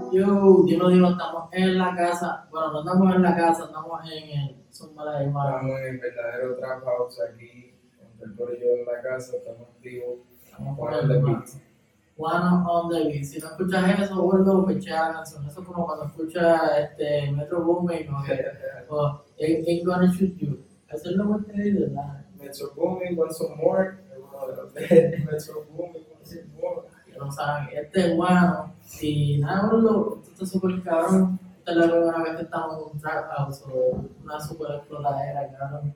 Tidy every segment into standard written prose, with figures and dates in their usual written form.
Dino, estamos en la casa. Bueno, no estamos en la casa, estamos en el Zumba de Mar. Estamos en el verdadero trap house aquí, entre el corillo en la casa, estamos activos. Estamos con Juan el de Mar. Beats. One on the beat. Si no escuchas eso, vuelve a pechar la canción. Eso es como cuando escuchas Metro Booming o Ain't Gonna Shoot You. Eso es lo que te digo, ¿verdad? Metro Booming, Want Some More, es uno de los de Metro Booming, Want Some More. Que no saben, este es bueno. Y nada, boludo, esto está súper cabrón. Esta es la primera vez que estamos en un trap house o una super explotadera, cabrón.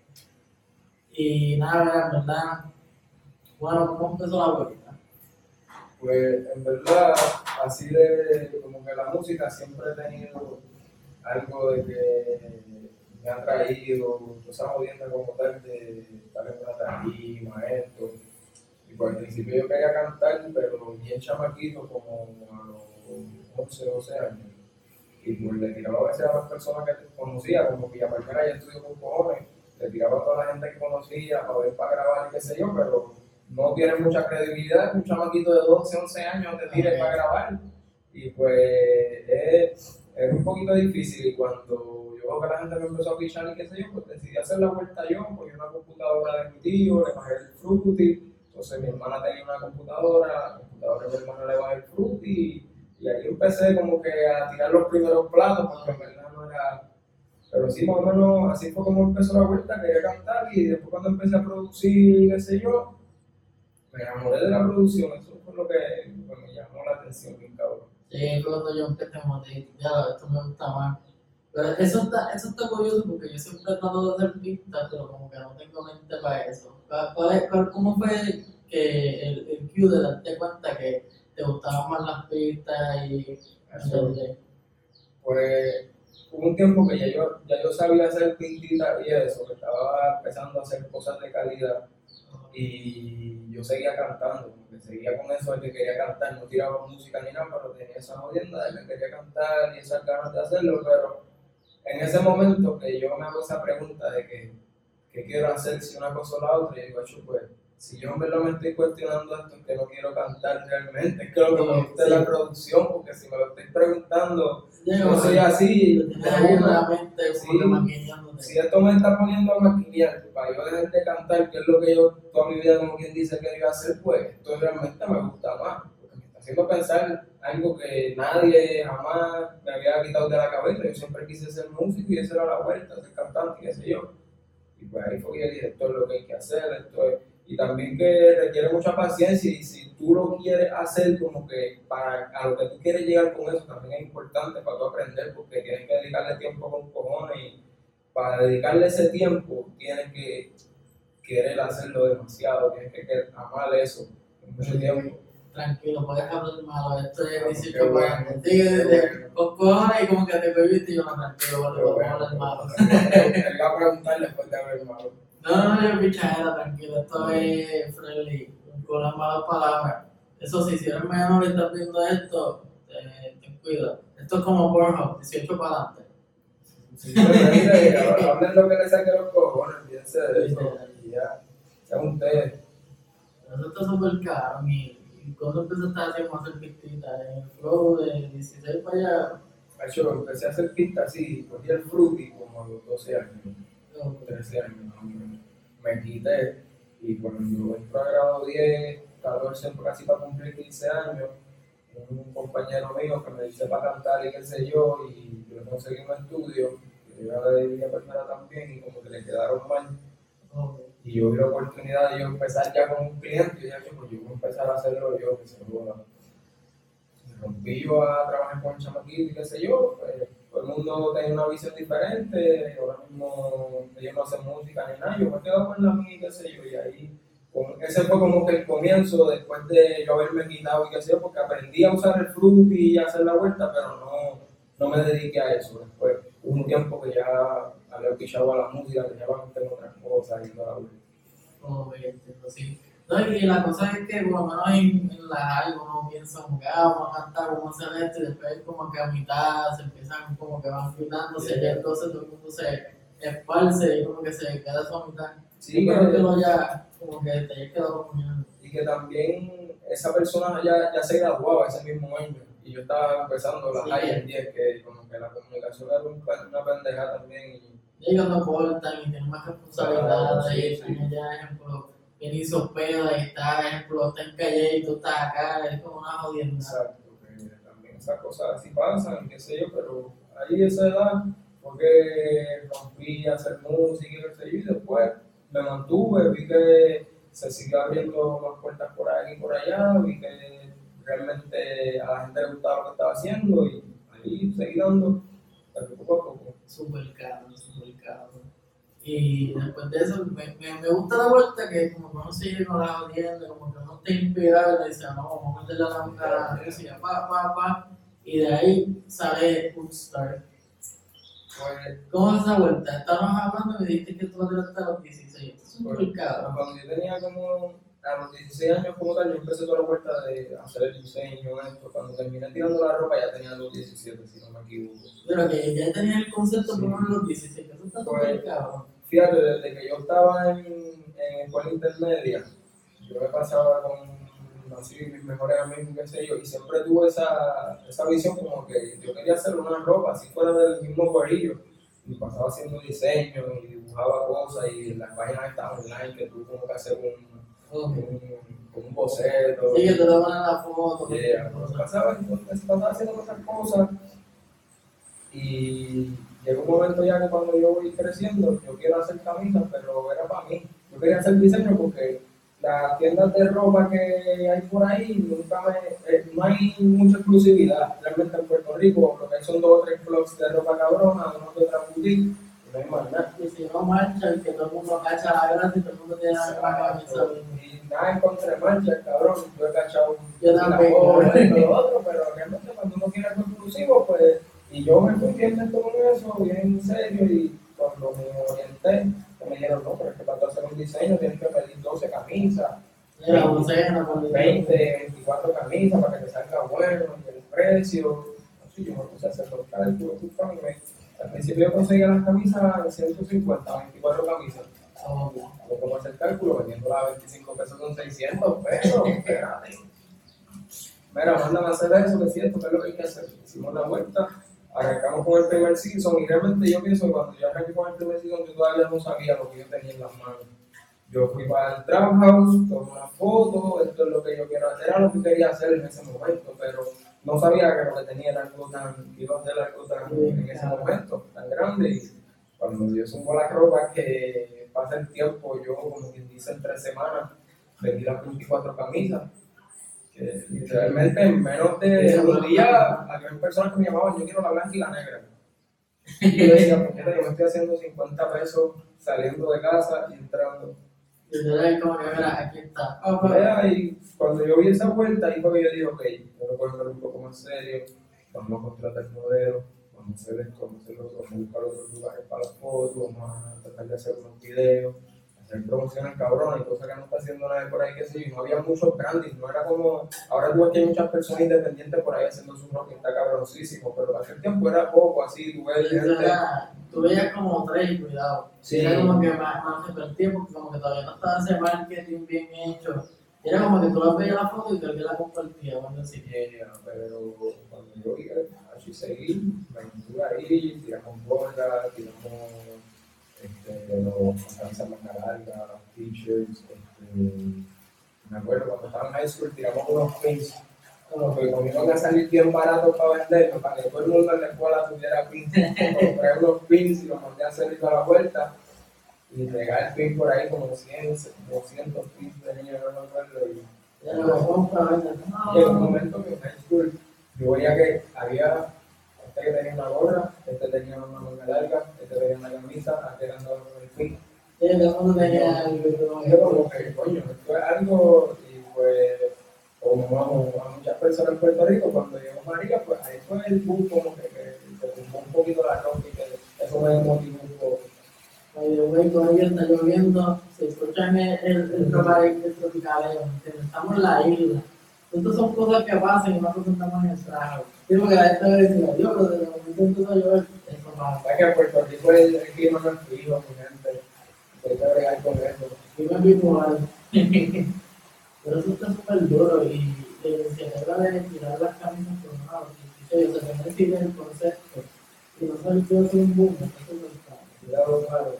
Y nada, en verdad, bueno, ¿cómo empezó la vuelta? Pues en verdad, así de como que la música siempre he tenido algo de que me ha traído, esa jodienda como tal de estar en una tarima, esto. Y pues al principio yo quería cantar, pero bien chamaquito, como a los 11, 12 años. Y pues le tiraba a veces a las personas que conocía, como Villa Palmera ya estudió con cojones, le tiraba a toda la gente que conocía para ver, para grabar y qué sé yo, pero no tiene mucha credibilidad, un chamaquito de 12, 11 años te tire para grabar. Y pues es un poquito difícil y cuando yo veo que la gente me empezó a pichar y qué sé yo, pues decidí hacer la vuelta yo, porque una computadora de mi tío, le bajé el Fruity, entonces mi hermana tenía una computadora, la computadora de mi hermana le bajé el Fruity y ahí empecé como que a tirar los primeros platos, porque en verdad no era... Pero sí, más o menos así fue como empezó la vuelta, quería cantar y después cuando empecé a producir, qué sé yo, me enamoré de la producción, eso fue lo que me llamó la atención, bien cabrón. Sí, fue cuando yo empecé a morir, ya, esto me gusta más. Pero eso está curioso porque yo siempre he tratado de hacer pistas, pero como que no tengo mente para eso. ¿Cómo fue que el cue de darte cuenta que te gustaban más las pistas y Eso, pues hubo un tiempo que ya yo sabía hacer pintitas y eso, que estaba empezando a hacer cosas de calidad y yo seguía cantando, porque seguía con eso de que quería cantar, no tiraba música ni nada, pero tenía esa jodienda de que quería cantar y esas ganas de hacerlo, pero en ese momento que yo me hago esa pregunta de que qué quiero hacer si una cosa o la otra, y digo, "Acho, pues, si yo en verdad me estoy cuestionando esto, es que no quiero cantar realmente, es que lo que me gusta es la producción, porque si me lo estoy preguntando, yo soy así, lo tienes ahí en la mente, como que maquillándote. si esto me está poniendo a maquillar para yo dejar de cantar, que es lo que yo toda mi vida, como quien dice, quería hacer, pues esto realmente me gusta más, porque me está haciendo pensar algo que nadie jamás me había quitado de la cabeza. Yo siempre quise ser músico y esa era la vuelta, ser cantante, qué sé yo. Y pues ahí fue que yo dije, esto es lo que hay que hacer, esto es... Y también que requiere mucha paciencia y si tú lo quieres hacer como que para a lo que tú quieres llegar con eso también es importante para tú aprender porque tienes que dedicarle tiempo con cojones y para dedicarle ese tiempo tienes que querer hacerlo demasiado, tienes que amar eso mucho tiempo. Tranquilo, puedes hablar malo, esto es 18 Qué años. bueno, Con cojones y como que te prohibiste y yo no, tranquilo, porque podemos hablar malo. Él va a preguntar después de haber malo. No, yo pichadera, tranquilo, esto es friendly, con las malas palabras. Eso sí, si eres menor y estás viendo esto, ten cuidado. Esto es como Pornhub, 18 para adelante. Simplemente hablen lo que les saque los cojones, olvídense de eso y ya, sea un té. Eso está súper caro, y cuando empezaste a hacer pistitas, en el flow de 16 para allá. Yo empecé a hacer pistas así, cogí el fruity como a los 12 años, 13 años más o menos. Me quité y cuando entro a grado 10, 14, casi para cumplir 15 años, un compañero mío que me dice para cantar y qué sé yo, y yo conseguí un estudio, que yo era de Villa Palmera también, y como que le quedaron mal. Y yo vi la oportunidad de yo empezar ya con un cliente, y dije, pues yo voy a empezar a hacerlo yo, que se lo rompí yo a trabajar con el chamaquito y qué sé yo, pues, todo el mundo tenía una visión diferente, ahora mismo ellos no hacen música ni nada, yo me quedo con la mía y qué sé yo, y ahí, ese fue como que el comienzo, después de yo haberme quitado y qué sé yo, porque aprendí a usar el Fruity y a hacer la vuelta, pero no me dediqué a eso, después hubo un tiempo que ya había pichado a la música, tenía la mente en otras cosas y toda la vuelta. Sí. No, y la cosa es que por lo menos en la high uno piensa como que vamos a cantar, vamos a hacer esto y después como que a mitad se empiezan como que van finándose y entonces todo el mundo se esparce y como que se queda eso a mitad. Sí, pero que lo ya como que te hayas quedado comiendo. Y que también esa persona ya se graduaba ese mismo año. y yo estaba empezando la Sí. high en 10, que como que la comunicación era una pendeja también. Y cuando cortan y tienen más responsabilidades, Sí, y sí. están allá, ejemplo, viene y se hospeda y está, ejemplo, está en calle y tú estás acá, es como una jodienda. Exacto, que también esas cosas así pasan, qué sé yo, pero ahí esa edad fue que rompí a hacer música y qué sé yo, y después me mantuve, vi que se siguió abriendo más puertas por aquí y por allá, vi que realmente a la gente le gustaba lo que estaba haciendo y ahí seguí dando, pero poco a poco. Súper caro, súper caro. Y después de eso, me gusta la vuelta que como que uno sigue con la jodienda, como que uno está inspirado y dice, no, vamos a meterle la música, pa, y de ahí sale Start. Pues, ¿Cómo es esa vuelta? Estábamos hablando y me dijiste que tú vas a hasta los 16, esto es súper caro. cuando yo tenía como a los 16 años como tal, yo empecé toda la vuelta de hacer el diseño, esto. Cuando terminé tirando la ropa ya tenía los 17, si no me equivoco. Pero que ya tenía el concepto Sí. por uno de los 16, que eso está súper caro. Fíjate, desde que yo estaba en escuela intermedia, yo me pasaba con así, mis mejores amigos, qué sé yo, y siempre tuve esa visión como que yo quería hacer una ropa, así fuera del mismo corillo, y pasaba haciendo diseños y dibujaba cosas, y las páginas estaban online, que tú como que hacer un boceto. Sí, que te lo ponen la foto. Yeah, pasaba haciendo esas cosas. Y llegó un momento ya que cuando yo voy creciendo, yo quiero hacer camisas, pero era para mí. Yo quería hacer diseño porque las tiendas de ropa que hay por ahí, no hay mucha exclusividad. Realmente en Puerto Rico, lo que hay son 2 o 3 blogs de ropa cabrona, uno que otra boutique, y no hay más nada. Y si no marcha, y que todo el mundo cacha la grasa y todo el mundo tiene la camisa. Y nada en contra de marcha, cabrón. Yo he cachado Yo también, lo otro, pero realmente cuando uno quiere algo exclusivo, pues. Y yo me fui bien dentro con eso, bien en serio, y cuando me orienté, me dijeron, no, pero es que para tú hacer un diseño tienes que pedir 12 camisas, 20, 24 camisas para que te salga bueno, y el precio. Así yo me puse a hacer los cálculos, al principio yo conseguía las camisas en 150, 24 camisas. Yo como hacer cálculo, vendiendo a 25 pesos con 600 pesos, espérate. Mira, mándame a hacer eso, que es cierto, que es lo que hay que hacer. Hicimos la vuelta, arrancamos con el primer season y realmente yo pienso que cuando yo arranqué con el primer season yo todavía no sabía lo que yo tenía en las manos. Yo fui para el Trap House, tomé una foto, esto es lo que yo quiero hacer, era lo que quería hacer en ese momento, pero no sabía que lo que tenía era algo iba a ser algo tan en ese momento, tan grande. Y cuando yo subo la ropa, que pasa el tiempo, yo como quien dice en 3 semanas, vendí las 24 camisas. Que literalmente en menos de un día había personas que me llamaban, yo quiero la blanca y la negra. Y yo decía, ¿por qué yo me estoy haciendo 50 pesos saliendo de casa y entrando? Y yo era como que, mira, aquí está. Y cuando yo vi esa vuelta, ahí fue que yo dije, ok, tengo que cogerlo un poco más serio, vamos a contratar modelos, vamos a hacer esto, vamos a hacer lo otro, vamos a buscar otros lugares para las fotos, vamos a tratar de hacer unos videos, hacer promociones cabronas y cosas que no está haciendo nadie por ahí, que sí, no había muchos branding, no era como, ahora tú ves que hay muchas personas independientes por ahí haciendo su rock y está cabroncísimo, pero en aquel tiempo era poco así, tú ves gente. Tú veías como 3, cuidado. Sí. Era como que más divertido porque como que todavía no estaba ese marketing bien hecho. Era como que tú la veías la foto y te la compartías, cuando así. Pero cuando yo vi así seguí, me mantuve ahí, tiramos gorra, tiramos las camisas más largas, los t-shirts, me acuerdo cuando estaba en high school tiramos unos pins, como que iban a salir bien baratos para venderlos, para que todo el mundo en la escuela tuviera pins. Compré unos pins y los mandé a hacer a la vuelta y regalé el pin por ahí como 100, 200 pins tenía, no me acuerdo. Y en un momento que en high school yo veía que había este que tenía una gorra, este tenía una manga larga, este tenía una camisa, aquel andaba con el pin. Yo como que, coño, esto es algo, y pues, como a muchas personas en Puerto Rico, cuando llegó María, pues ahí fue el boom como que tumbó un poquito la ropa y que eso me motivó un poco. Todavía está lloviendo, se escuchan el tropicaleo, estamos en la isla. Estas son cosas que pasan y nosotros estamos en el trago. Digo que la gente va a decir, Dios, pero desde el momento empezó a llover, eso pasa. Es que en Puerto Rico el clima no es fijo, mi gente. Hay que bregar con eso. Clima bipolar. Pero eso está súper duro y de iniciativa de tirar las camisas por un lado, y o sea, que no decide el concepto, y no sabe que es un boom, está súper caro. Cuidado, claro.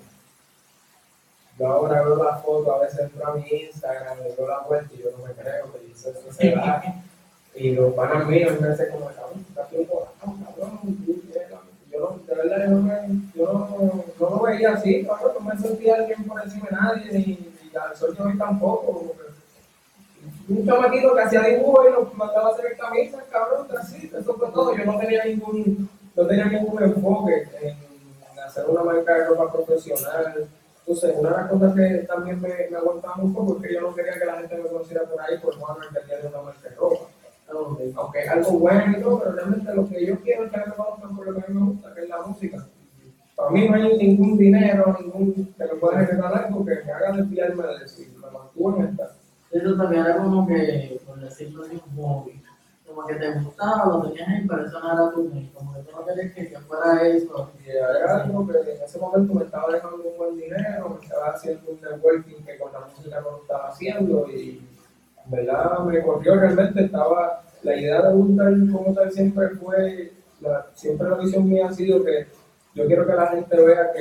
Yo ahora veo la foto, a veces entro a mi Instagram, le doy la vuelta y yo no me creo que hice eso se da. Y los panas míos me dicen como, cabrón, estás loco, cabrón, yo no, de verdad, yo no lo veía así, cabrón, no me sentía alguien por encima de nadie, ni al sol de hoy tampoco. Un chamaquito que hacía dibujo y nos mandaba a hacer camisas, cabrón, así, eso fue todo. Yo no tenía ningún enfoque en hacer una marca de ropa profesional. Entonces, una de las cosas que también me aguantaba un poco es que yo no quería que la gente me conociera por ahí por Juan que tiene una marca de ropa. Aunque es algo bueno y todo, pero realmente lo que yo quiero es que me conozcan por lo que a mí me gusta, que es la música. Para mí no hay ningún dinero, que me pueda generar algo que me haga desviarme de decir, me mantuvo en esta. Eso también era como que, por decirlo así, un hobby. Como que te gustaba, lo tenías ahí, pero eso no era tu medio. Como que tú no querías que fuera eso. Y era algo que en ese momento me estaba dejando un buen dinero, me estaba haciendo un networking que con la música no lo estaba haciendo y verdad me corrió realmente. La idea de buscar como tal siempre la visión mía ha sido que yo quiero que la gente vea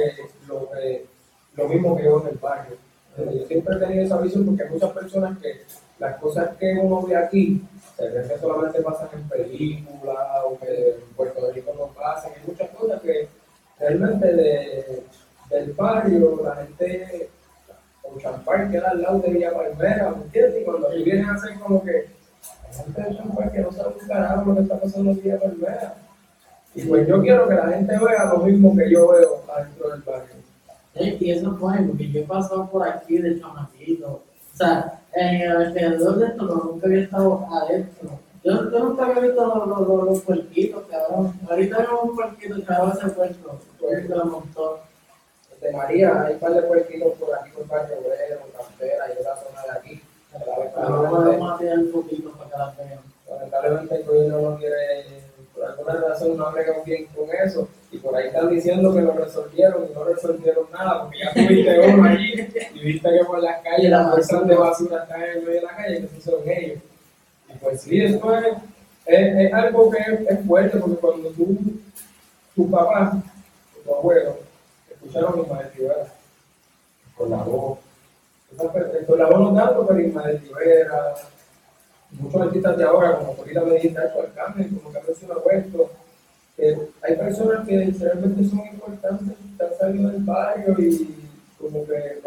lo mismo que yo en el barrio. Yo siempre he tenido esa visión porque hay muchas personas que las cosas que uno ve aquí se cree que solamente pasan en películas o que en Puerto Rico no pasan. Hay muchas cosas que realmente del barrio la gente, o Champán, que era al lado de Villa Palmera, ¿me entiendes? Y cuando aquí vienen a hacer como que hay gente de Champán que no sabe un carajo lo que está pasando en Villa Palmera. Y pues yo quiero que la gente vea lo mismo que yo veo adentro del barrio. Y eso es bueno, porque yo he pasado por aquí de chamaquito. O sea, en el alrededor de esto, pero nunca había estado adentro. Yo nunca había visto los puerquitos, cabrón. Ahorita vemos un puerquito, cabrón, ese puerco. Pues, Lo montó. de María, hay un par de puerquitos por aquí, por Barrio Obrero, Cantera y otra zona de aquí. Pero no podemos hacer el poquito para que las vean. Lamentablemente el gobierno no quiere, por alguna razón no brega bien con eso, y por ahí están diciendo que lo resolvieron y no resolvieron nada, porque ya tuviste uno allí y viste que por las calles las bolsas de basura están en el medio de la calle, que esos son ellos. Y pues sí, eso es algo que es fuerte, porque cuando tu papá, tu abuelo, escucharon Ismael Rivera, con la voz, con la voz no tanto, pero Ismael Rivera, muchos artistas de ahora, como ahorita me dijiste, el Carmen, como que ha mencionado esto, hay personas que realmente son importantes, que han salido del barrio y como que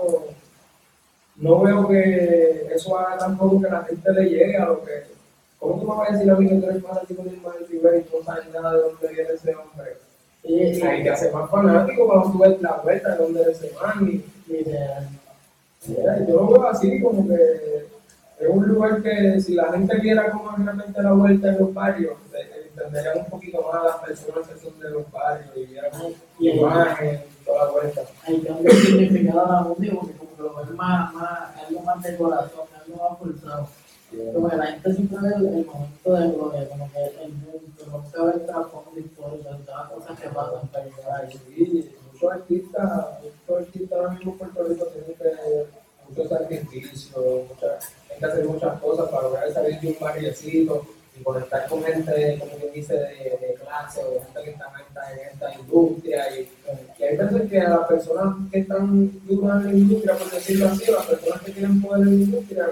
no veo que eso haga tampoco que la gente le llegue a lo que. ¿Cómo tú me vas a decir a mí que tú eres fanático de Ismael Rivera y tú no sabes nada de dónde viene ese hombre? Hay que hacer más fanático cuando tú ves la vuelta de dónde eres ese man. Yo lo veo así, como que es un lugar que si la gente viera cómo realmente la vuelta en los barrios, entenderían un poquito más las personas que son de los barrios y vieran imagen y toda la vuelta. Hay cambios significados a la música porque como que lo ven algo más de corazón, algo más pulsado. Como que la gente siempre ve el momento de gloria, como que el mundo, nunca ve el trasfondo histórico, todas las cosas que pasan para llegar ahí. Sí, muchos artistas ahora mismo en Puerto Rico tienen que muchos sacrificios, hay que hacer muchas cosas para lograr salir de un barriecito y conectar con gente, como quien dice, de clase o de gente que está en esta industria. Y hay veces que a las personas que están duras en la industria, por decirlo así, las personas que tienen poder en la industria,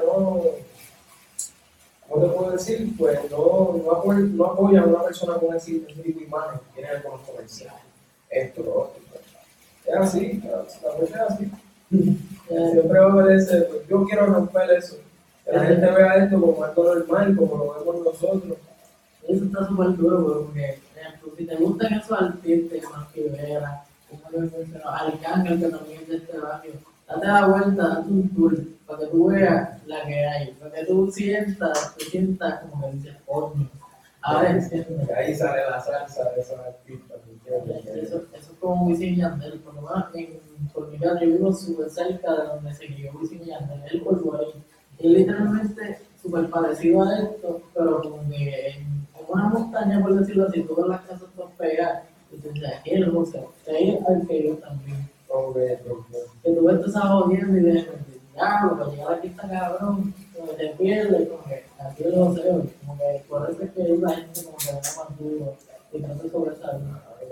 ¿cómo te puedo decir? Pues no apoyan a una persona con ese tipo de imagen, tiene algunos comerciales, esto, lo otro. Es así, la cosa es así. Siempre va a haber ese, pues yo quiero romper eso. Que la gente vea esto como algo normal, como lo vemos nosotros. Eso está súper duro, porque si te gustan esos artistas como Rivera, como yo menciono, Arcángel, que también es de este barrio, date la vuelta, date un tour, para que tú veas la que hay, para que tú sientas como que dices, coño. A ver, de ahí sale la salsa de esos artistas. Eso es como Wisin y Yandel, por lo menos por mi caso, yo vivo súper cerca de donde se crió Wisin y Yandel, él por su ahí. Es literalmente súper parecido a esto, pero como que en una montaña, por decirlo así, todas las casas están pegadas, y tú dices, aquí es o sea, ahí es al que yo también. Que tú ves esa jodiendo y dices, diablo, para llegar aquí está cabrón, como que te pierdes, como que aquí yo lo sé, como que por eso es que la gente como que da más duro y no se sobresale.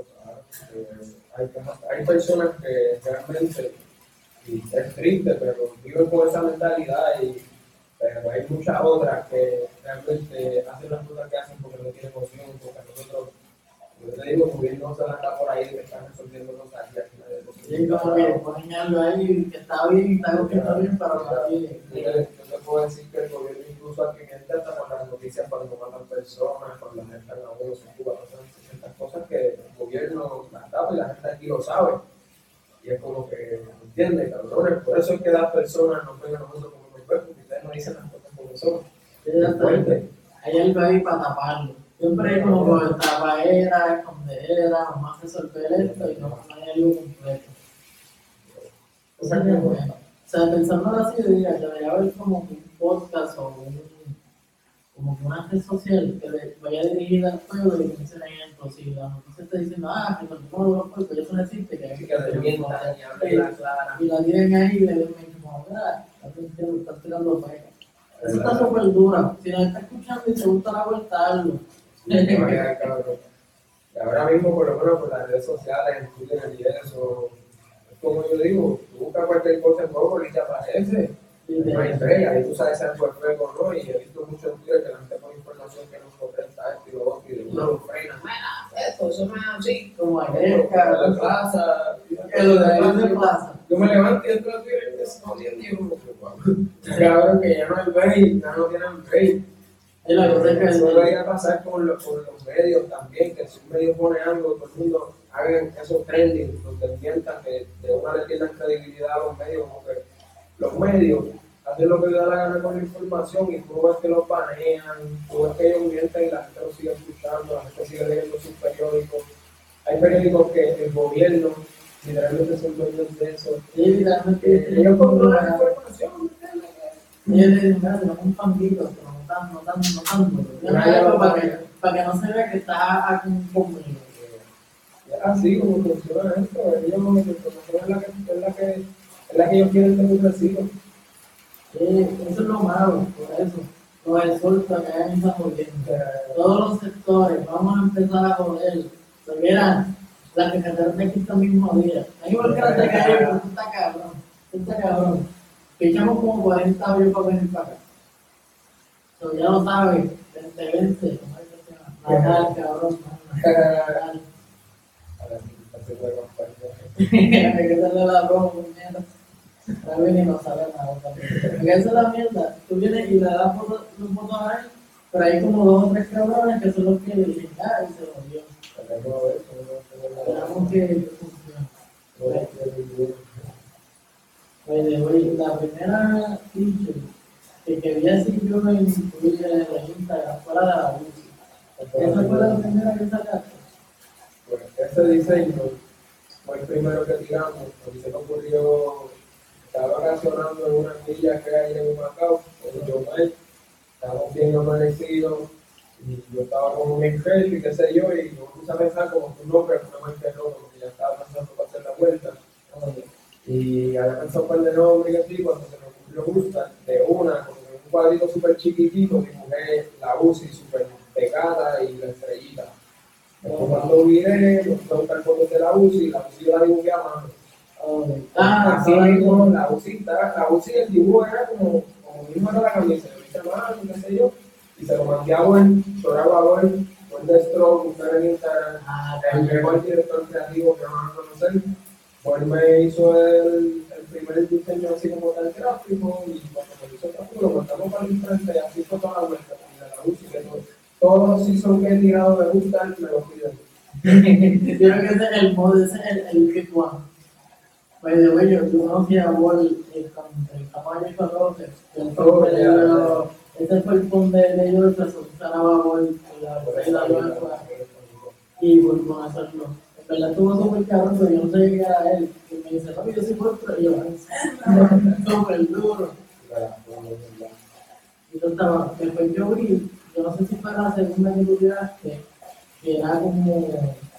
Hay personas que realmente, y es triste, pero viven con esa mentalidad, pero hay muchas otras que realmente hacen las cosas que hacen porque no tienen emoción, porque nosotros, yo te digo, el gobierno se la está por ahí que están resolviendo cosas aquí al final de los Y como que ponen algo ahí que está bien y está algo que está bien, pero nadie. Yo te puedo decir que el gobierno incluso aquí hasta con las noticias cuando matan personas, cuando las están a uno, en Cuba, pasan ciertas cosas que el gobierno las tapa y la gente aquí lo sabe. Y es como que, ¿entiendes, cabrones? Por eso es que las personas nos ven a nosotros como nos ven, porque ustedes no dicen las cosas como son. Hay algo ahí para taparlo. Siempre hay como por tapadera, escondedera, vamos a resolver esto y no hay algo completo. O sea, que bueno. O sea, pensando así, yo diría que debería haber como un podcast o como que una red social que le vaya dirigida al pueblo y que se den ejemplos. Si la noticia está diciendo, que el pueblo de los pueblos, eso no existe, que hay que y la tienen ahí y le den como, ¿verdad? Atención, están tirando pega. Eso está súper dura. Si la está escuchando y te gusta la vuelta, hazlo. Y ahora mismo, por lo menos por las redes sociales, en Twitter y eso, es como yo digo, tú buscas cualquier cosa en Google y te aparece. No hay fe, ahí tú sabes si algo es feo o no, y he visto mucho en Twitter que la gente pone información que no es correcta, esto y lo otro, y de uno lo frena. Esto, eso no es así. Como ayer, cara, la plaza, de plaza. Yo me levanto y entro a Twitter y me estoy odiando, claro que ya no hay break, ya no tienen break. Eso debería pasar con los medios también, que si un medio pone algo, todo el mundo hagan esos trending, donde mientan que de una le pierdan credibilidad a los medios, como que los medios hacen lo que les da la gana con la información y tú ves que los banean, tú ves que ellos mienten y la gente lo sigue escuchando, la gente sigue leyendo sus periódicos. Hay periódicos que el gobierno literalmente son dueños de eso. Sí, literalmente. Ellos controlan la información. Ellos le dicen, mira, tenemos un pandito, no tanto. Para que no se vea que está aquí conmigo. Así como funciona esto, ellos la información es la que ellos quieren democracia. Eso es lo malo, por eso. Los exhorto a que hagan esa jodienda. Todos los sectores, vamos a empezar a joder. Porque eran las que cantaron aquí este mismo día. Hay igual que las de calle, pero esto está cabrón. Pichamos como 40 años para venir para acá. So, ya lo sabes, vente, ¿cómo es que se llama? Natal, cabrón. Natal. Hay que darle la broma, puñeta. Está bien y no sabe nada también. Porque esa es la mierda. Tú vienes y le das los votos a él, pero hay como 2 o 3 cabrones que son los que le dicen, y se lo dio. Esperamos que funcione. Pues, la primera feature que vi así yo en Twitter, en Instagram, fuera de la música. ¿Esa fue la primera que sacaste? Pues ese diseño fue el primero que tiramos, porque se me ocurrió, estaba vacacionando en una villa que hay en Macao, con Yomel, estábamos bien amanecidos, y yo estaba con mi jefe y qué sé yo, y yo puse a pensar como tu nombre, una mente roja, porque ya estaba pensando para hacer la vuelta. Y había pensado un par de nombres y así, cuando se me ocurrió Gusta, de una, con un cuadrito súper chiquitito, dibujé la UCI súper pegada y la estrellita. Cuando miré, me fue a buscar fotos de la UCI yo la dibujé a mano. Así mismo, la UCI, el dibujo era como mismo de la camisa, yo hice a mano, qué sé yo, y se lo mandé a Buen, lloraba a Buen de Stroke, buscar en Instagram, el mejor director creativo que van a conocer. Buen me hizo el primer diseño así como tal gráfico, y cuando me hizo el gráfico lo montamos para el frente, y así fue toda la vuelta, y de la UCI, que todos los seasons que he tirado me gustan, me los pido. Yo creo que ese es el modo, ese es el big one. Pues de güey, yo conocí a Wall el caballo con Roque, ese fue el fondo de ellos que se usaba Wall y volvió a hacerlo. En verdad estuvo súper cabrón, pero yo no sabía que era él. Y me dice, no, yo soy vuestro, y yo, en serio, súper duro. Y yo estaba, después yo vi, yo no sé si fue la segunda que tú tiraste, que era como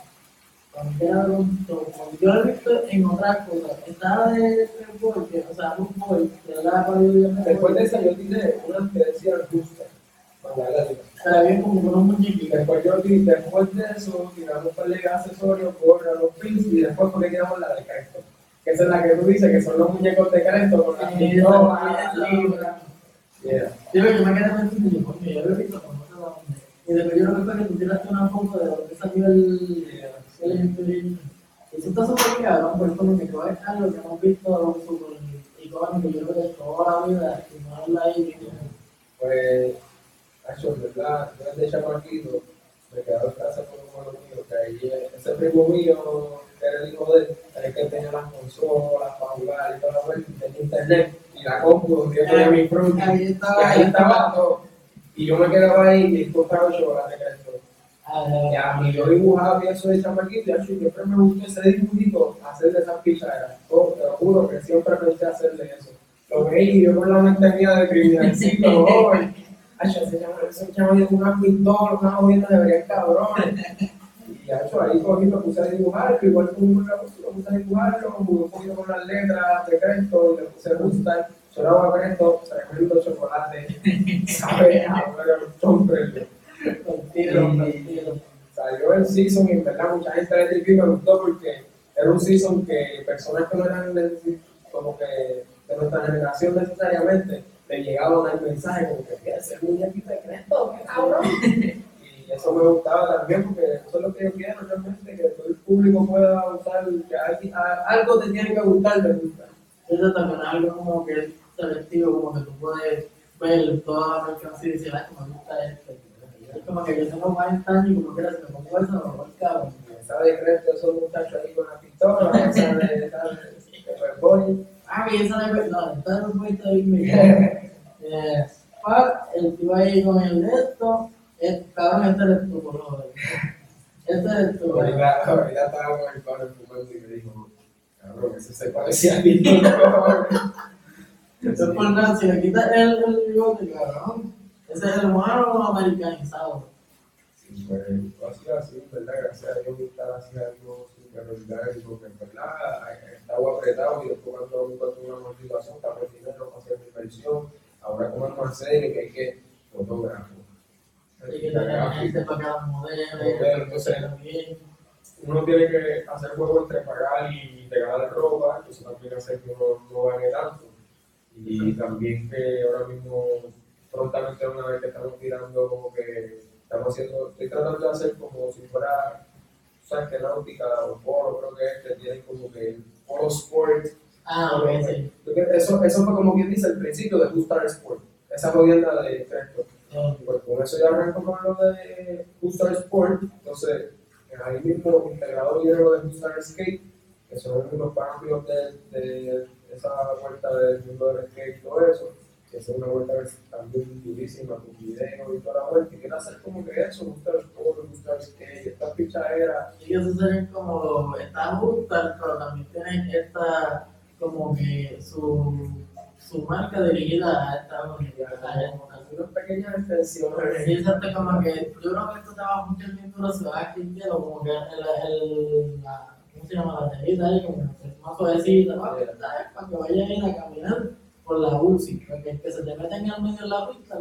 yo lo he visto en otras cosas. Estaba de porque, o sea, un boy que era para yo. Después de esa yo tiré una que decía justa. Pero bien como unos muñequitos. Después de eso, tiramos un par de accesorios por los pins y después porque tiramos la de Cresto. Que esa es la que tú dices que son los muñecos de Cresto con las pistolas, las libras. Yeah. Yo me quedé pensando, porque yo lo he visto con otra banda. Y después yo lo que fue que tú tiraste una foto de donde salió el eso está súper cabrón, por eso que es algo que hemos visto súper icónico, yo creo que toda la vida, y no es la idea. Pues, hecho, ¿verdad? Yo desde chamaquito me quedaba en casa con un hermano mío, que ahí ese primo mío, que era el hijo de él, era el que tenía las consolas para jugar y toda la vuelta, y tenía internet, y la compu, donde yo tenía mi fruta, ahí y ahí estaba todo. Y yo me quedaba ahí y encontraba 8 horas de Cresto. Y yo dibujaba y eso de chamaquito, y siempre me gustó ese dibujito, hacerle esas pichaderas. Oh, te lo juro que siempre pensé hacerle eso. Lo veía y yo con la mente mía de criminalcito, joven. Ese chavo dijo una pistola, una jodienda de ver cabrones. Y ahí cogí, me puse a dibujar, igual como un lo puse a dibujarlo, jugué un poquito con las letras de Cresto, y le puse Rustar, sonaba Cresto, tremendo chocolate, sabe, ahora chombre. Salió el season y en verdad mucha gente le tripió y me gustó porque era un season que personas que no eran como que de nuestra generación necesariamente le llegaban al mensaje como que quiere ser muñequito de Cresto, qué cabrón. Y eso me gustaba también porque eso es lo que yo quiero realmente, que todo el público pueda usar, que algo te tiene que gustar, me gusta. Eso también es algo como que es selectivo, como que tú puedes ver toda la mercancía y decir, ay, me gusta esto. Es como que yo tengo más años y como que si me pongo eso, me pongo el cabrón. Esa de Cresto, esos muchachos ahí con la pistola, esa de Pepperboy. Y esa de verdad, esta no fue esta bien. El tío ahí con el de esto, cabrón, este eres tú, por favor. Este eres tú. Ahorita estábamos en el panel fumando y me dijo, cabrón, ese se parecía a ti. No es por nada, si le quitas el bigote, cabrón, ese es el humano americanizado. Sí, pues ha sido así, ¿verdad? Gracias a Dios, estar haciendo algo súper orgánico, porque en verdad estaba apretado y después cuando tuve una motivación, estaba el dinero para hacer mi inversión. Ahora como es más serio, que hay que fotógrafo. Hay que tener gente para cada modelo, entonces uno tiene que hacer juego entre pagar y regalar ropa, que eso también hace que uno no gane tanto. Y también que ahora mismo, prontamente una vez que estamos tirando, como que estamos haciendo, estoy tratando de hacer como si fuera, sabes que náutica o polo, creo que es, que tienen como que el polo sport. Sí. Eso fue como quien dice el principio de Gustar Sport, esa jodienda de Cresto. Pues con eso ya arranco con lo de Gustar Sport, entonces ahí mismo integrado viene lo de Gustar Skate, que son unos parámetros de esa vuelta del mundo del skate y todo eso, que es una vuelta que es también durísima, con video y toda la vuelta, y quiero hacer como que eso, Gustar Sport, Gustar Skate, esta pichadera. Y eso sería como, está Gustar, pero también tiene esta, como que su marca dirigida a Estados Unidos. Unas pequeñas extensiones. Sí, exacto, como que yo creo que esto te va mucho en pintura, se va a extinguir, como que ¿cómo se llama? La telita ahí, como que es más suavecita, para que vaya a ir a caminar por la UCI, porque el que se te mete en el medio de la pista,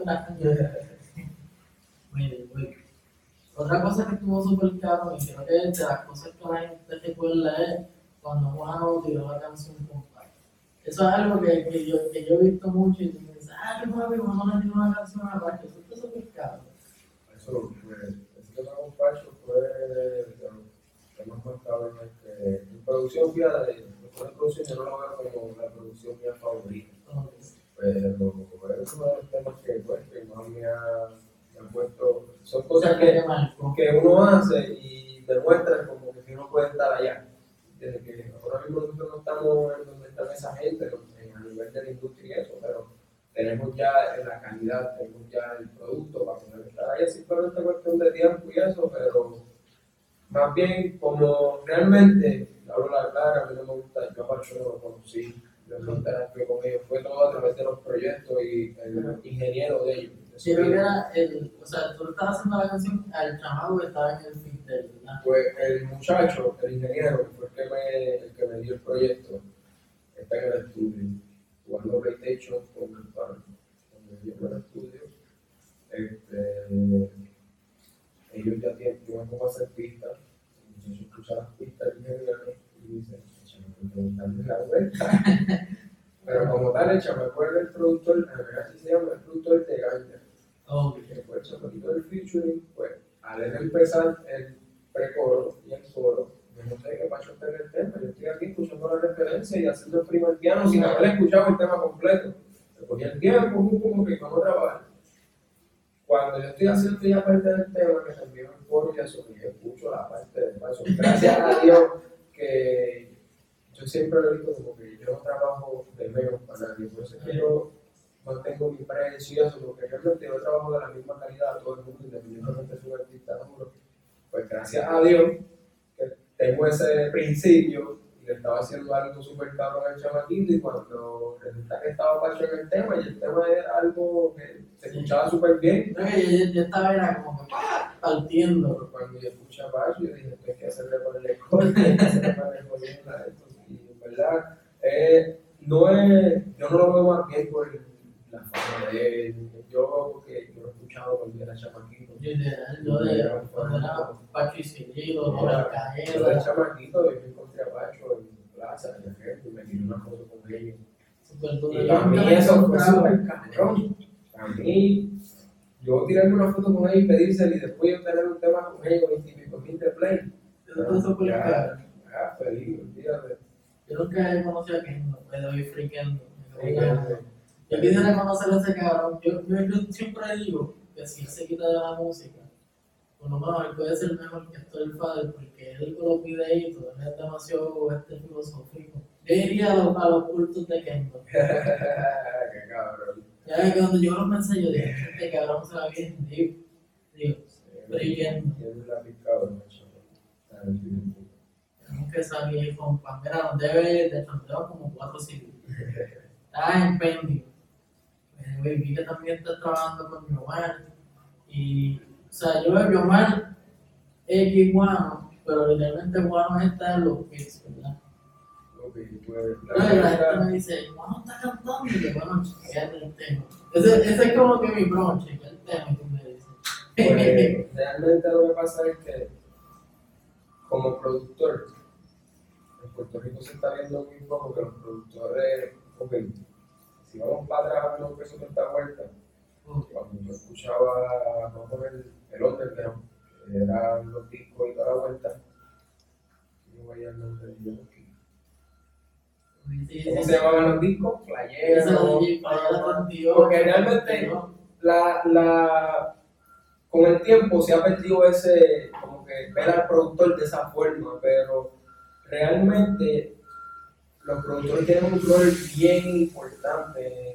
mira, otra cosa que estuvo súper caro, y creo que de las cosas que la gente recuerda es cuando Juan tiró la canción con Pai. Eso es algo que yo he visto mucho y tú me dices, qué papi, Juan le tiró una canción a Pai. Eso está súper caro. Eso fue, ese tema con Pacho fue de los temas más cabrones que en producción, fíjate, después de producción yo no lo veo como la producción mía favorita. Pero es uno de los temas que más me ha puesto, son cosas que uno hace y demuestra como que uno puede estar allá. Desde que ahora mismo nosotros no estamos en donde está esa gente, a nivel de la industria y eso, pero tenemos ya la calidad, tenemos ya el producto para poder estar allá, simplemente cuestión de tiempo y eso, pero más bien como realmente, hablo la clara, a mí no me gusta, yo a Pacho no lo conocí, yo no interactué con ellos, fue todo a través de los proyectos y el ingeniero de ellos. Sí, creo que era o sea, tú estabas haciendo la canción al chamaco que estaba en el Fintel, ¿verdad? Pues el muchacho, el ingeniero, que fue el que me dio el proyecto, está en el estudio, jugando PlayStation con el padre, cuando yo en el estudio. ellos ya tienen, yo vengo a hacer pistas, entonces escuchar las pistas y dicen, darle la vuelta. Pero como tal, el chamaco era el productor, en realidad así se llama, el productor de Gander. Que fue el chamaquito del featuring, pues al él empezar el precoro y el coro, yo no sé qué Pacho está en el tema, yo estoy aquí escuchando la referencia y haciendo el primer piano sin haber escuchado el tema completo. Me ponía el tiempo, como que vamos a trabajar. Cuando yo estoy haciendo ya parte del tema, que también el coro y eso, yo escucho la parte del Pacho. Gracias a Dios que yo siempre lo he visto como que yo no trabajo de menos para nadie, por eso es que yo mantengo mi precio y eso, porque realmente yo trabajo de la misma calidad a todo el mundo, independientemente de su artista duro. Pues gracias a Dios que tengo ese principio y le estaba haciendo algo súper cabrón al chamaquito y cuando resulta que estaba Pacho en el tema y el tema era algo que se escuchaba súper bien. Yo estaba era como que partiendo. Pero cuando yo escuché a Pacho yo dije, esto hay que hacerle con el corte, hay que hacerle con el corte, y en verdad, no es, yo no lo veo más bien por la fama de él, yo porque yo lo he escuchado cuando era chamaquito. Yo de cuando era Pacho y Cirilo, no la calle. Yo era chamaquito, yo me encontré a Pacho en plaza, en la gente, y me tiré una foto con ellos. Y para mí eso fue súper cabrón. Para mí, yo tirarme una foto con ellos y pedírsela y después yo tener un tema con ellos con 20 de play. Eso fue feliz, olvídate. Yo nunca he conocido a Kendo, me doy friqueando. Yo quisiera conocer a ese cabrón. Yo siempre digo que si él se quita de la música, por lo menos él puede ser mejor que Héctor el Father, porque él con los videitos es demasiado filosófico. Yo iría a los cultos de Kendo. Qué cabrón. Ya que cuando yo lo pensé, yo dije, este cabrón se va bien deep. Digo, brillando. Tenemos que salir con Pamela, nos debe de chanteo como 4 CDs. Está en pendio. Vi que también está trabajando con Yomar. Y, o sea, yo veo Yomar X Guano, pero literalmente Guano está en los pies, ¿verdad? La gente me dice, Guano está cantando y que bueno, chequear el tema. Ese es como que mi bro, chequear el tema, y tú me dices. Pues realmente lo que pasa es que, como productor, en Puerto Rico se está viendo muy poco que los productores, si vamos para atrás a los pesos de esta vuelta, cuando yo escuchaba, vamos a poner el underground, que eran los discos y toda la vuelta, yo voy a nombre de ellos aquí. ¿Cómo se llamaban los discos? Playero. Porque realmente con el tiempo se ha perdido ese, como que ver al productor de esa forma, pero realmente los productores tienen un rol bien importante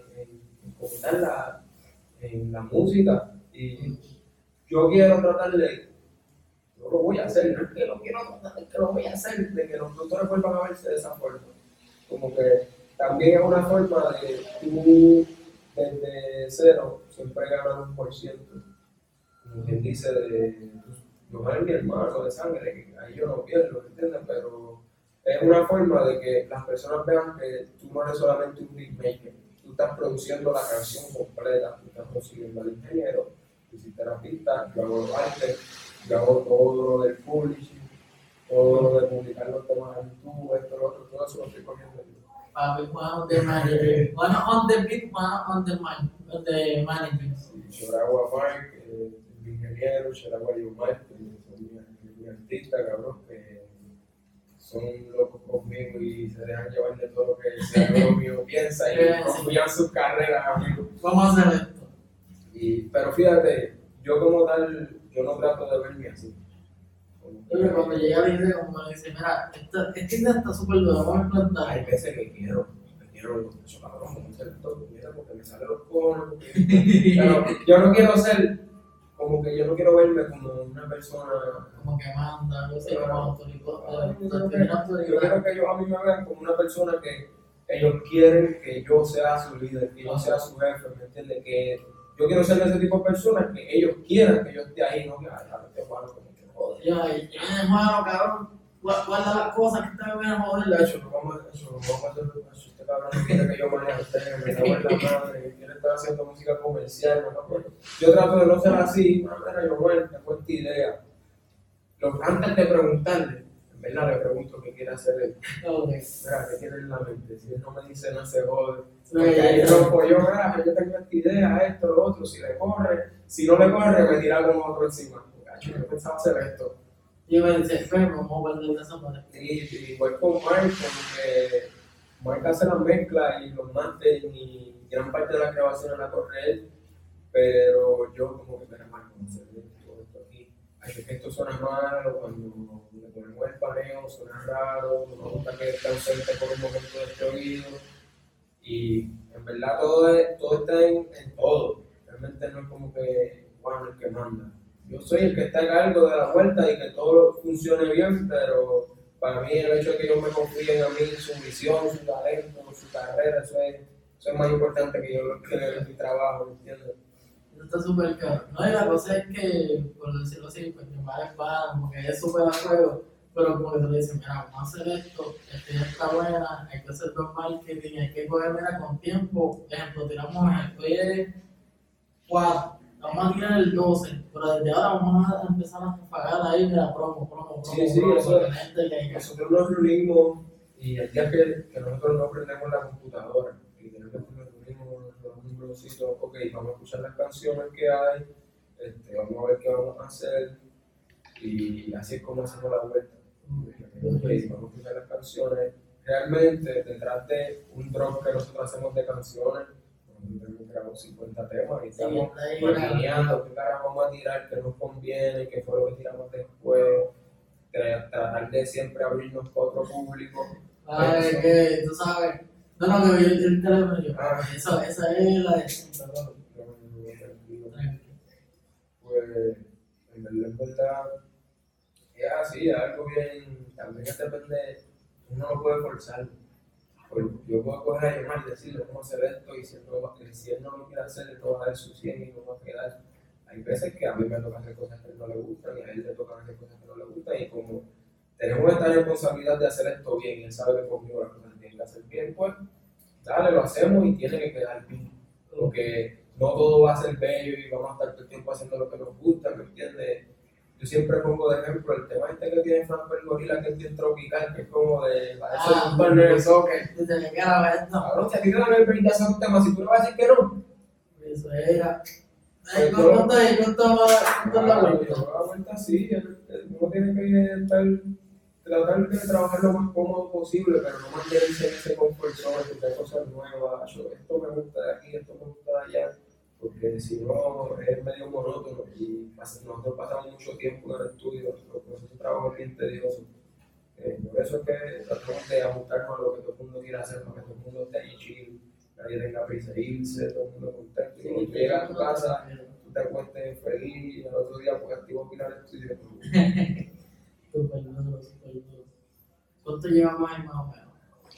en la música y yo quiero tratar de, yo lo voy a hacer, no es que lo quiero tratar, es que lo voy a hacer, de que los productores vuelvan a verse de esa forma. Como que también es una forma de tú desde cero siempre ganar 1%. Como quien dice, no es mi hermano de sangre, que ahí yo no pierdo, ¿entiendes? Pero es una forma de que las personas vean que tú no eres solamente un beatmaker, tú estás produciendo la canción completa, tú estás consiguiendo al ingeniero, tú hiciste la pista, yo hago los artes, yo hago todo lo del publishing, todo lo de publicar los temas en YouTube, esto, lo otro, todo eso lo estoy cogiendo yo. Papi, one on the manager, one on the beat, one on the manager. Choragua Mark, mi ingeniero, Choragua Yomar, que son mi artista, cabrón, que son locos conmigo y se dejan llevar de todo lo que el cerebro mío piensa y confían sus carreras, amigo. Vamos a hacer esto. Pero fíjate, yo como tal, yo no trato de verme así. Pero cuando llega la idea, como me dice, mira, esta idea está súper dura, vamos a implantar. Hay veces que quiero eso cabrón, como hacer todo, porque me salen los conos. Pero yo no quiero ser, como que yo no quiero verme como una persona. Como que manda, yo sé, como autoridad. Yo quiero que ellos a mí me vean como una persona que ellos quieren que yo sea su líder, que yo sea su jefe, ¿me entiendes? Que yo quiero ser de ese tipo de personas que ellos quieran que yo esté ahí, no que te Juan como que joder. Yo, hermano, cabrón, guarda las cosas que te me van a joder. De hecho, no vamos a hacer este cabrón quiere que yo maneje el tema, me cago en la madre, quiere estar haciendo música comercial, no me acuerdo. Yo trato de no ser así, mira, yo bueno, tengo esta idea. Antes de preguntarle, en verdad le pregunto qué quiere hacer él. Mira, qué tiene en la mente. Si él no me dice, no se jode. Porque ahí rompo yo, mira, yo tengo esta idea, esto, lo otro, si le corre, si no le corre, me tira como otro encima. Yo pensaba hacer esto. Y me dice, vamos a perder esa manera. Y igual con Mike, como que Mike hace la mezcla y los masters y gran parte de la grabación la corre él, pero yo como que me remarco, no sé, esto aquí. Ay, es que esto suena malo, cuando le ponemos el paneo suena raro, no me gusta que esté ausente por un momento de este oído. Y en verdad todo está en todo. Realmente no es como que Juan el que manda. Yo soy el que está a cargo de la vuelta y que todo funcione bien, pero para mí el hecho de que ellos me confíen a mí, su visión, su talento, su carrera, eso es más importante que yo que mi trabajo, ¿entiendes? Eso está súper caro. No, y la cosa es que, por decirlo así, pues mi madre es para, como que es súper a juego, pero como que tú le dices, mira, vamos a hacer esto ya está buena, hay que hacer dos marketing, hay que coger, mira, con tiempo. Ejemplo, tiramos hoy es 4, vamos a tirar el 12, pero desde ahora vamos a empezar a pagar ahí, mira, promo, Sí, eso, nosotros nos reunimos y el día que nosotros no prendemos la computadora, literalmente nos reunimos, nos damos un brocito, ok, vamos a escuchar las canciones que hay, vamos a ver qué vamos a hacer y así es como hacemos la vuelta. Okay, vamos a escuchar las canciones. Realmente, detrás de un drop que nosotros hacemos de canciones, nosotros grabamos 50 temas y estamos maquineando qué cara vamos a tirar, qué nos conviene, qué fue lo que tiramos después, tratar de siempre abrirnos para otro público. Que tú sabes, no, que vi el teléfono y yo, esa es la de pues, en verdad, es así, es algo bien, también depende, uno no puede forzarlo. Pues yo puedo coger a llamar y decirle vamos a hacer esto y si él no lo quiere hacer, él no va a dar su 100 y no va a quedar. Hay veces que a mí me toca hacer cosas que no le gustan y a él le tocan hacer cosas que no le gustan y como tenemos esta responsabilidad de hacer esto bien y él sabe que conmigo las cosas tienen que hacer bien, pues dale, lo hacemos y tiene que quedar bien. Porque no todo va a ser bello y vamos a estar todo el tiempo haciendo lo que nos gusta, ¿me entiendes? Yo siempre pongo de ejemplo el tema que tiene Franco el Gorila, que es bien tropical, que es como de parece un torneo de soccer. Desde que era esto. Cabrón, si a ti te dan el permiso de hacer un tema, si tú le vas a decir que no. Eso era. ¿Cuánto la vuelta? La vuelta sí, uno tiene que tratar de trabajar lo más cómodo posible, pero no mantenerse en ese confort zone, que hay cosas nuevas. Esto me gusta de aquí, esto me gusta de allá. Porque si no es medio monótono y nosotros pasamos mucho tiempo en el estudio, nuestro proceso de trabajo es bien tedioso. Por eso es que tratamos de ajustarnos a lo que todo el mundo quiere hacer, para que todo el mundo esté ahí chill, nadie tenga prisa de irse, todo el mundo contento. Y cuando llegas a tu casa, tú te acuestes feliz y al otro día pues activo pilar el estudio. Súper duro. ¿Cuánto llevamos ahí más o menos?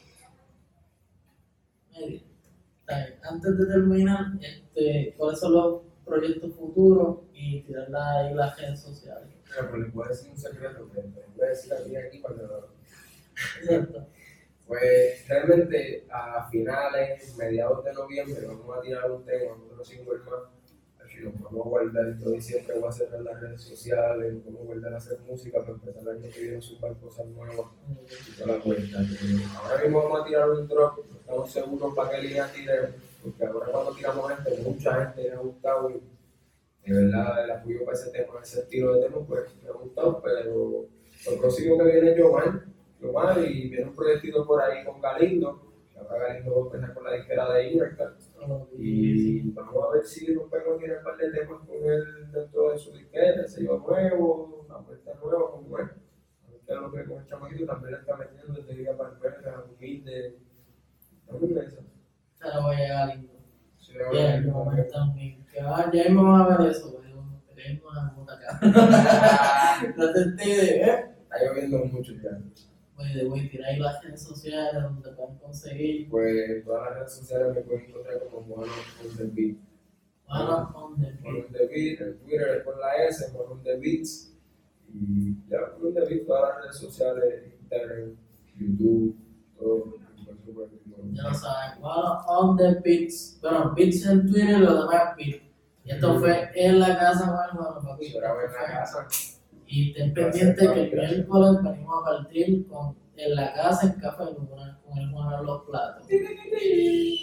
Medio. Antes de terminar, ¿cuáles son los proyectos futuros y tirar ahí las redes sociales? Pero les voy a decir un secreto que voy a decir aquí cuando Exacto. Pues realmente a finales, mediados de noviembre vamos a tirar un tema, otro single más. Así nos vamos a guardar todo diciembre, voy a cerrar las redes sociales, vamos a guardar a hacer música para empezar el año que viene a sumar cosas nuevas y toda la cuenta. Ahora mismo vamos a tirar un drop, no estamos seguros para qué línea tiremos, porque ahora cuando tiramos mucha gente le ha gustado y de verdad el apoyo para ese tema, ese estilo de tema, pues me ha gustado, pero lo próximo que viene es Yomar y viene un proyectito por ahí con Galindo, que ahora Galindo va a empezar con la disquera de Inercal y vamos a ver si nos podemos tirar un par de temas con él dentro de su disquera, sello nuevo, una vuelta nueva con él. A ver qué es lo que con el chamaquito también le está metiendo desde Villa Palmera, humilde, no me interesa. Se lo voy a llegar lindo. Sí, Bien, también. Ya mismo van a ver eso, tenemos una puta acá. No te entiendes, Está lloviendo mucho ya. Voy a tirar ahí las redes sociales donde pueden conseguir. Pues todas las redes sociales me pueden encontrar como Mono on the Beat. Mono on the Beat, en Twitter es con la S, Mono on the Beats. Y ya, Mono on the Beat, todas las redes sociales, Instagram, YouTube, todo. súper rico. Ya lo saben. Bueno, on the beats. Bueno, beats en Twitter y lo demás beats. Y esto fue en la casa, bueno, papi. Será ver la casa. Y ten pendiente que el miércoles venimos a partir en la casa en Café Luna con el Juan de los platos.